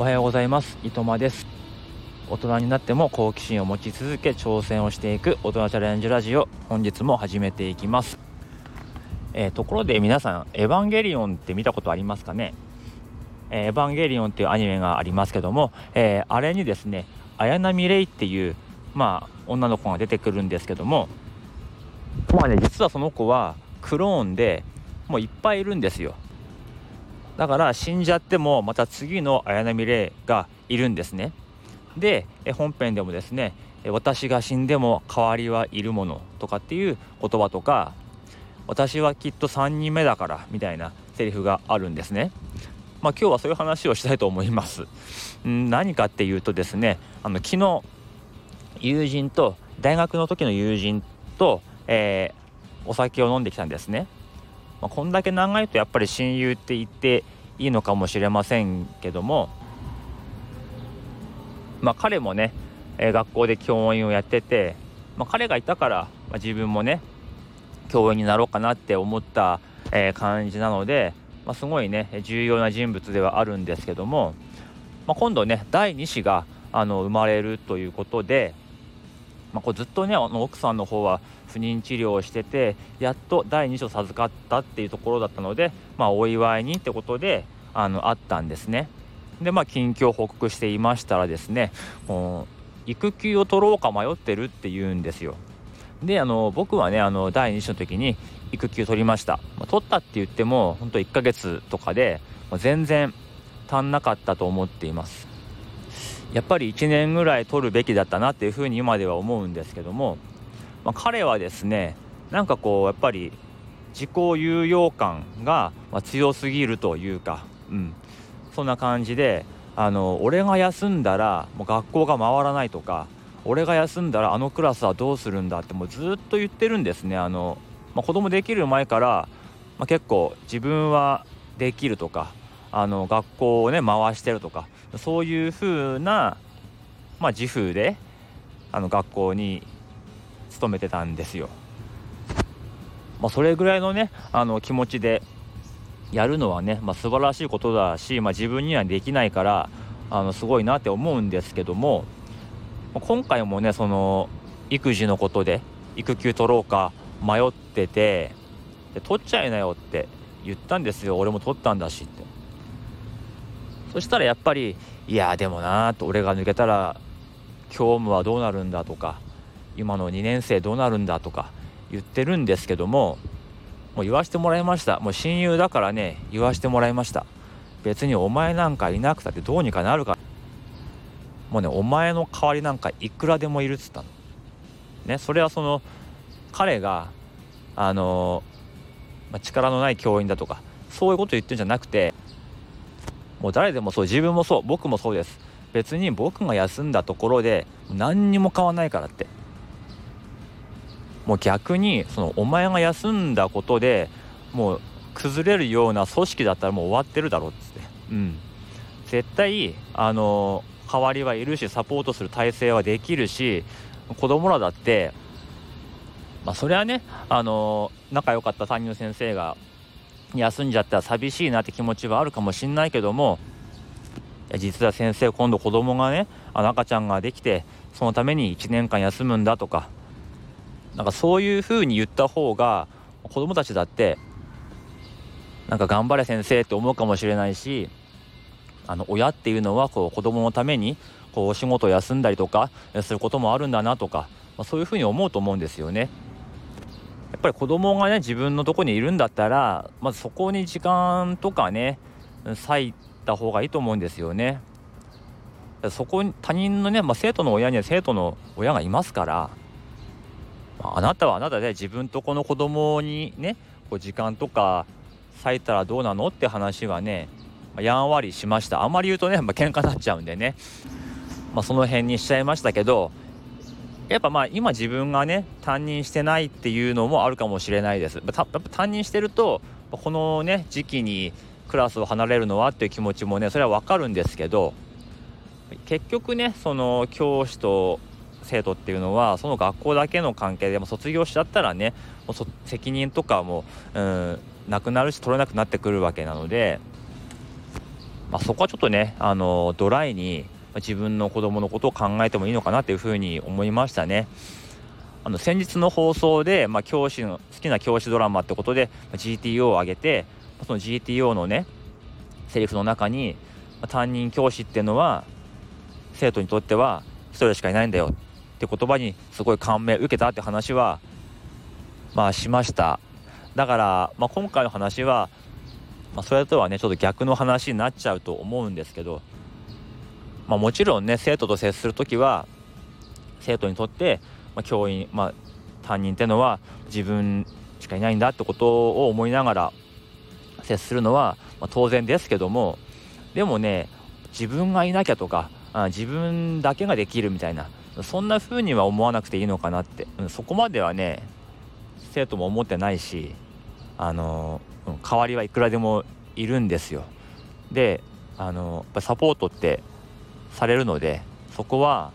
おはようございます。いとまです。大人になっても好奇心を持ち続け挑戦をしていく大人チャレンジラジオ、本日も始めていきます。ところで皆さん、エヴァンゲリオンって見たことありますかね。エヴァンゲリオンっていうアニメがありますけども、あれにですね、綾波レイっていう女の子が出てくるんですけども、実はその子はクローンでもういっぱいいるんですよ。だから死んじゃってもまた次の綾波レイがいるんですね。で本編でもですね、私が死んでも代わりはいるものとかっていう言葉とか、私はきっと3人目だからみたいなセリフがあるんですね。今日はそういう話をしたいと思います。何かっていうとですね、昨日大学の時の友人と、お酒を飲んできたんですね。こんだけ長いとやっぱり親友って言っていいのかもしれませんけども、彼もね、学校で教員をやってて、彼がいたから、自分もね教員になろうかなって思った、感じなので、すごいね重要な人物ではあるんですけども、今度ね第2子が生まれるということで、ずっとね奥さんの方は不妊治療をしてて、やっと第2子を授かったっていうところだったので、お祝いにってことであったんですね。で近況を報告していましたらですね、もう育休を取ろうか迷ってるって言うんですよ。で僕はね第2子の時に育休取りました。取ったって言っても本当1ヶ月とかでもう全然足んなかったと思っています。やっぱり1年ぐらい取るべきだったなっていうふうに今では思うんですけども、彼はですねやっぱり自己有用感が強すぎるというか、そんな感じで俺が休んだらもう学校が回らないとか、俺が休んだらあのクラスはどうするんだってもうずっと言ってるんですね。子供できる前から、結構自分はできるとか学校をね回してるとか、そういう風な自負で学校に勤めてたんですよ。それぐらいのね気持ちでやるのはね、素晴らしいことだし、自分にはできないからすごいなって思うんですけども、今回もねその育児のことで育休取ろうか迷ってて、取っちゃいなよって言ったんですよ。俺も取ったんだしって。そしたらやっぱりいやでもなと、俺が抜けたら教務はどうなるんだとか、今の2年生どうなるんだとか言ってるんですけども、もう言わしてもらいました。もう親友だからね言わしてもらいました。別にお前なんかいなくたってどうにかなるから、もうねお前の代わりなんかいくらでもいるっつったのね。それはその彼が力のない教員だとかそういうこと言ってるんじゃなくて、もう誰でもそう、自分もそう、僕もそうです。別に僕が休んだところで何にも変わんないからって、もう逆にそのお前が休んだことでもう崩れるような組織だったらもう終わってるだろうっつって、絶対代わりはいるし、サポートする体制はできるし、子供らだってそれはね仲良かった担任の先生が休んじゃったら寂しいなって気持ちはあるかもしんないけども、実は先生今度子供がね赤ちゃんができてそのために1年間休むんだとか、そういう風に言った方が子供たちだって頑張れ先生って思うかもしれないし、親っていうのは子供のためにお仕事を休んだりとかすることもあるんだなとか、そういう風に思うと思うんですよね。やっぱり子供がね自分のとこにいるんだったら、まずそこに時間とかね割いた方がいいと思うんですよね。そこに他人のね、生徒の親には生徒の親がいますから、あなたはあなたで自分とこの子供にね時間とか割いたらどうなのって話はね、やんわりしました。あんまり言うとね喧嘩になっちゃうんでね、その辺にしちゃいましたけど、やっぱ今自分がね担任してないっていうのもあるかもしれないです。やっぱ担任してるとこのね時期にクラスを離れるのはっていう気持ちもねそれはわかるんですけど、結局ねその教師と生徒っていうのはその学校だけの関係でも卒業しちゃったらねもう責任とかもなくなるし取れなくなってくるわけなので、 そこはちょっとね、ドライに自分の子供のことを考えてもいいのかなっていうふうに思いましたね。先日の放送で、教師の好きな教師ドラマってことで、GTO を挙げて、その GTO のねセリフの中に、担任教師っていうのは生徒にとっては一人しかいないんだよって言葉にすごい感銘を受けたって話はしました。だから、今回の話は、それとはねちょっと逆の話になっちゃうと思うんですけど、もちろんね生徒と接するときは生徒にとって、教員、担任ってのは自分しかいないんだってことを思いながら接するのは、当然ですけども、でもね自分がいなきゃとか自分だけができるみたいな、そんな風には思わなくていいのかなって、そこまではね生徒も思ってないし、代わりはいくらでもいるんですよ。でやっぱサポートってされるので、そこは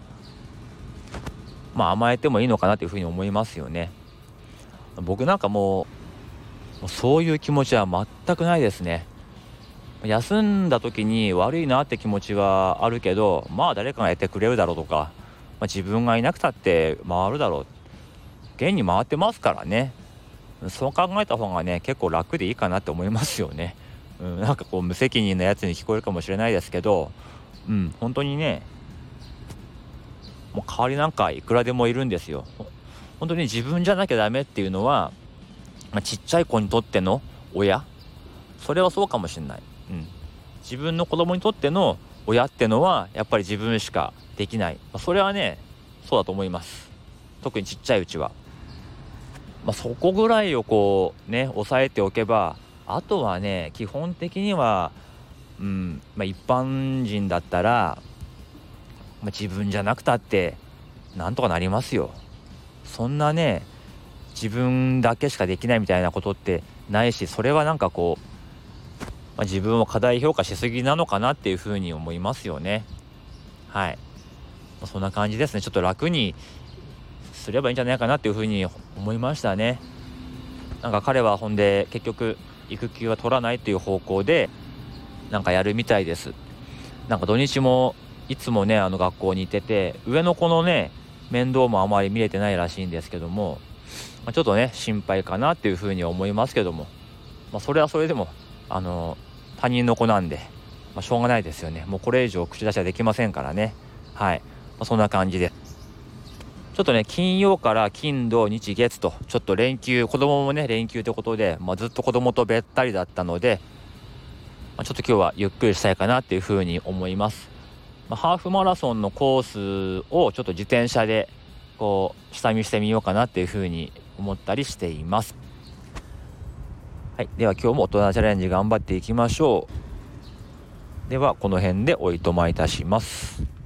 甘えてもいいのかなというふうに思いますよね。僕なんかもうそういう気持ちは全くないですね。休んだ時に悪いなって気持ちはあるけど、誰かがやってくれるだろうとか、自分がいなくたって回るだろう、現に回ってますからね。そう考えた方がね結構楽でいいかなって思いますよね。なんかこう無責任なやつに聞こえるかもしれないですけど、本当にねもう代わりなんかいくらでもいるんですよ。本当に自分じゃなきゃダメっていうのは、ちっちゃい子にとっての親、それはそうかもしれない。自分の子供にとっての親ってのはやっぱり自分しかできない、それはねそうだと思います。特にちっちゃいうちは、そこぐらいをこうね抑えておけば、あとはね基本的には一般人だったら、自分じゃなくたってなんとかなりますよ。そんなね自分だけしかできないみたいなことってないし、それはなんかこう、自分を過大評価しすぎなのかなっていうふうに思いますよね。はい、そんな感じですね。ちょっと楽にすればいいんじゃないかなっていうふうに思いましたね。なんか彼はほんで結局育休は取らないっていう方向でなんかやるみたいです。なんか土日もいつもね学校に行ってて、上の子のね面倒もあまり見れてないらしいんですけども、ちょっとね心配かなっていうふうに思いますけども、それはそれでも他人の子なんで、しょうがないですよね。もうこれ以上口出しはできませんからね。はい、そんな感じでちょっとね金曜から金土日月とちょっと連休、子供もね連休ということで、ずっと子供とべったりだったので、ちょっと今日はゆっくりしたいかなっていうふうに思います。ハーフマラソンのコースをちょっと自転車でこう下見してみようかなっていうふうに思ったりしています。はい、では今日も大人チャレンジ頑張っていきましょう。ではこの辺でおいとまいたします。